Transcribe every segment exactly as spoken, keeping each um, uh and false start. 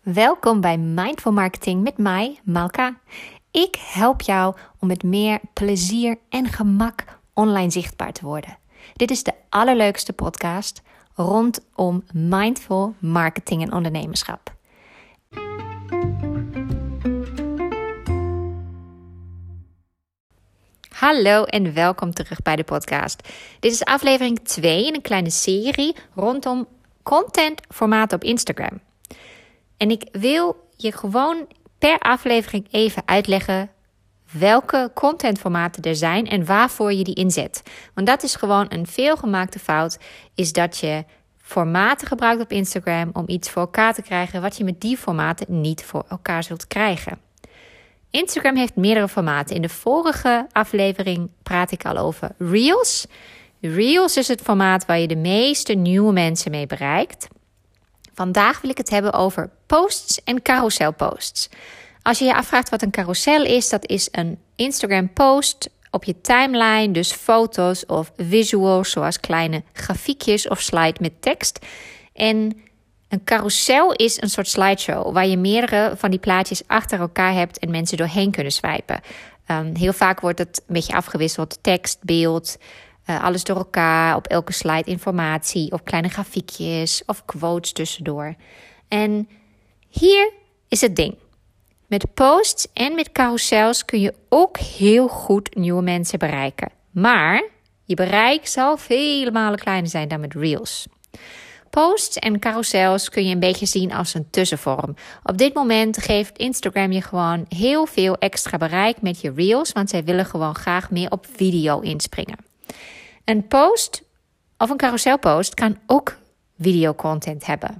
Welkom bij Mindful Marketing met mij, Malka. Ik help jou om met meer plezier en gemak online zichtbaar te worden. Dit is de allerleukste podcast rondom mindful marketing en ondernemerschap. Hallo en welkom terug bij de podcast. Dit is aflevering twee in een kleine serie rondom contentformaten op Instagram. En ik wil je gewoon per aflevering even uitleggen welke contentformaten er zijn en waarvoor je die inzet. Want dat is gewoon een veelgemaakte fout, is dat je formaten gebruikt op Instagram om iets voor elkaar te krijgen wat je met die formaten niet voor elkaar zult krijgen. Instagram heeft meerdere formaten. In de vorige aflevering praat ik al over Reels. Reels is het formaat waar je de meeste nieuwe mensen mee bereikt. Vandaag wil ik het hebben over posts en carouselposts. Als je je afvraagt wat een carousel is, dat is een Instagram post op je timeline, dus foto's of visuals zoals kleine grafiekjes of slide met tekst. En een carousel is een soort slideshow waar je meerdere van die plaatjes achter elkaar hebt en mensen doorheen kunnen swipen. Um, heel vaak wordt het een beetje afgewisseld, tekst, beeld, uh, alles door elkaar, op elke slide informatie of kleine grafiekjes of quotes tussendoor. En hier is het ding. Met posts en met carousels kun je ook heel goed nieuwe mensen bereiken. Maar je bereik zal vele malen kleiner zijn dan met Reels. Posts en carousels kun je een beetje zien als een tussenvorm. Op dit moment geeft Instagram je gewoon heel veel extra bereik met je Reels, want zij willen gewoon graag meer op video inspringen. Een post of een carouselpost kan ook videocontent hebben.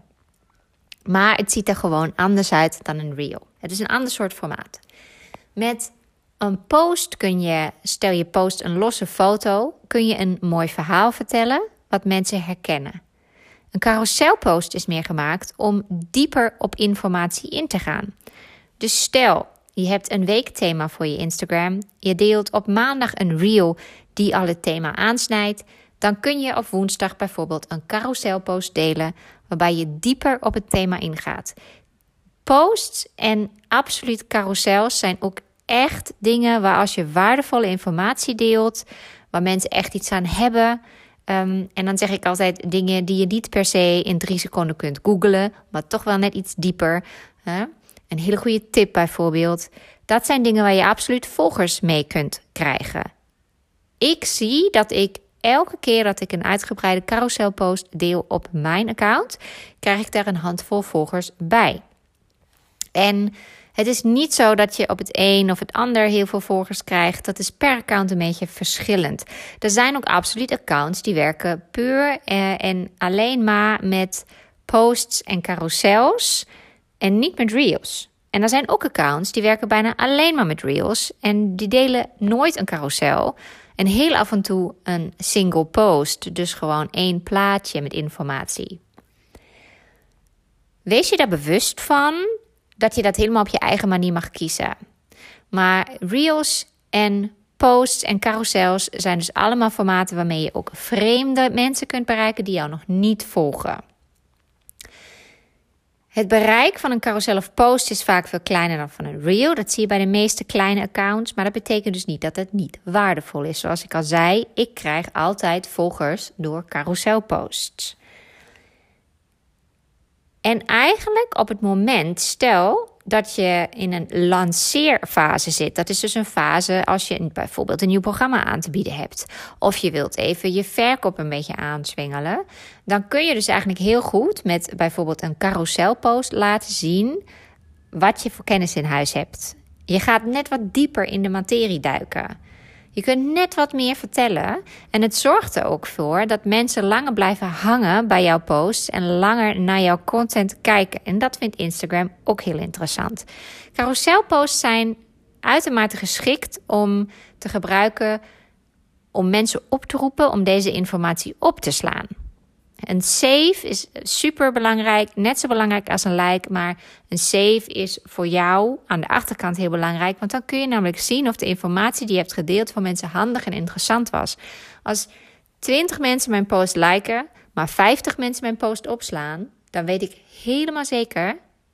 Maar het ziet er gewoon anders uit dan een reel. Het is een ander soort formaat. Met een post kun je, stel je post een losse foto, kun je een mooi verhaal vertellen wat mensen herkennen. Een carouselpost is meer gemaakt om dieper op informatie in te gaan. Dus stel, je hebt een weekthema voor je Instagram. Je deelt op maandag een reel die al het thema aansnijdt. Dan kun je op woensdag bijvoorbeeld een carouselpost delen waarbij je dieper op het thema ingaat. Posts en absoluut carousels zijn ook echt dingen waar als je waardevolle informatie deelt, waar mensen echt iets aan hebben. Um, en dan zeg ik altijd dingen die je niet per se in drie seconden kunt googlen, maar toch wel net iets dieper. Huh? Een hele goede tip bijvoorbeeld. Dat zijn dingen waar je absoluut volgers mee kunt krijgen. Ik zie dat ik elke keer dat ik een uitgebreide carouselpost deel op mijn account, krijg ik daar een handvol volgers bij. En het is niet zo dat je op het een of het ander heel veel volgers krijgt. Dat is per account een beetje verschillend. Er zijn ook absoluut accounts die werken puur eh, en alleen maar met posts en carousels en niet met reels. En er zijn ook accounts die werken bijna alleen maar met reels en die delen nooit een carousel. En heel af en toe een single post, dus gewoon één plaatje met informatie. Wees je daar bewust van dat je dat helemaal op je eigen manier mag kiezen. Maar reels en posts en carousels zijn dus allemaal formaten waarmee je ook vreemde mensen kunt bereiken die jou nog niet volgen. Het bereik van een carousel of post is vaak veel kleiner dan van een reel. Dat zie je bij de meeste kleine accounts. Maar dat betekent dus niet dat het niet waardevol is. Zoals ik al zei, ik krijg altijd volgers door carouselposts. En eigenlijk op het moment, stel dat je in een lanceerfase zit. Dat is dus een fase als je bijvoorbeeld een nieuw programma aan te bieden hebt. Of je wilt even je verkoop een beetje aanzwengelen. Dan kun je dus eigenlijk heel goed met bijvoorbeeld een carouselpost laten zien wat je voor kennis in huis hebt. Je gaat net wat dieper in de materie duiken. Je kunt net wat meer vertellen en het zorgt er ook voor dat mensen langer blijven hangen bij jouw posts en langer naar jouw content kijken. En dat vindt Instagram ook heel interessant. Carouselposts zijn uitermate geschikt om te gebruiken om mensen op te roepen om deze informatie op te slaan. Een save is super belangrijk, net zo belangrijk als een like, maar een save is voor jou aan de achterkant heel belangrijk, want dan kun je namelijk zien of de informatie die je hebt gedeeld voor mensen handig en interessant was. Als twintig mensen mijn post liken, maar vijftig mensen mijn post opslaan, dan weet ik helemaal zeker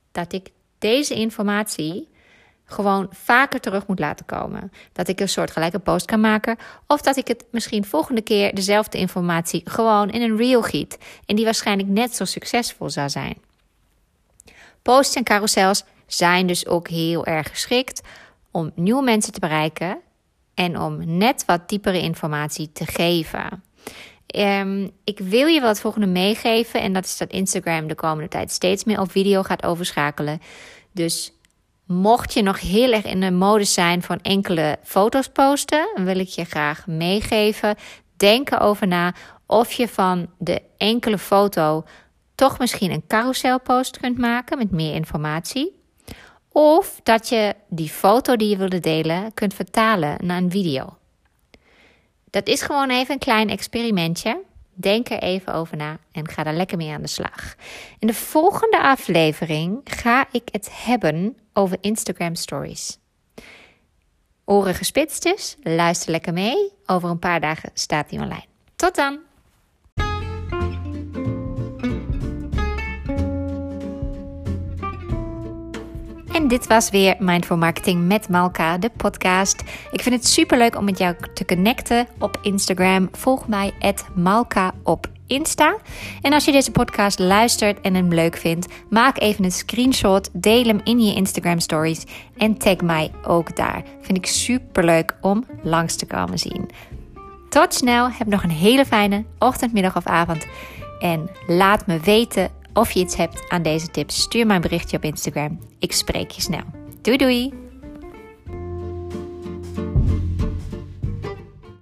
dat ik deze informatie gewoon vaker terug moet laten komen. Dat ik een soortgelijke post kan maken. Of dat ik het misschien volgende keer dezelfde informatie gewoon in een reel giet. En die waarschijnlijk net zo succesvol zou zijn. Posts en carousels zijn dus ook heel erg geschikt om nieuwe mensen te bereiken. En om net wat diepere informatie te geven. Um, ik wil je wat volgende meegeven. En dat is dat Instagram de komende tijd steeds meer op video gaat overschakelen. Dus mocht je nog heel erg in de modus zijn van enkele foto's posten, dan wil ik je graag meegeven. Denk erover na of je van de enkele foto toch misschien een carouselpost kunt maken met meer informatie. Of dat je die foto die je wilde delen kunt vertalen naar een video. Dat is gewoon even een klein experimentje. Denk er even over na en ga daar lekker mee aan de slag. In de volgende aflevering ga ik het hebben over Instagram Stories. Oren gespitst dus, luister lekker mee. Over een paar dagen staat die online. Tot dan! En dit was weer Mindful Marketing met Malka, de podcast. Ik vind het superleuk om met jou te connecten op Instagram. Volg mij at Malka op Insta. En als je deze podcast luistert en hem leuk vindt, maak even een screenshot, deel hem in je Instagram stories en tag mij ook daar. Vind ik superleuk om langs te komen zien. Tot snel, heb nog een hele fijne ochtend, middag of avond. En laat me weten of je iets hebt aan deze tips. Stuur mij een berichtje op Instagram. Ik spreek je snel. Doei doei!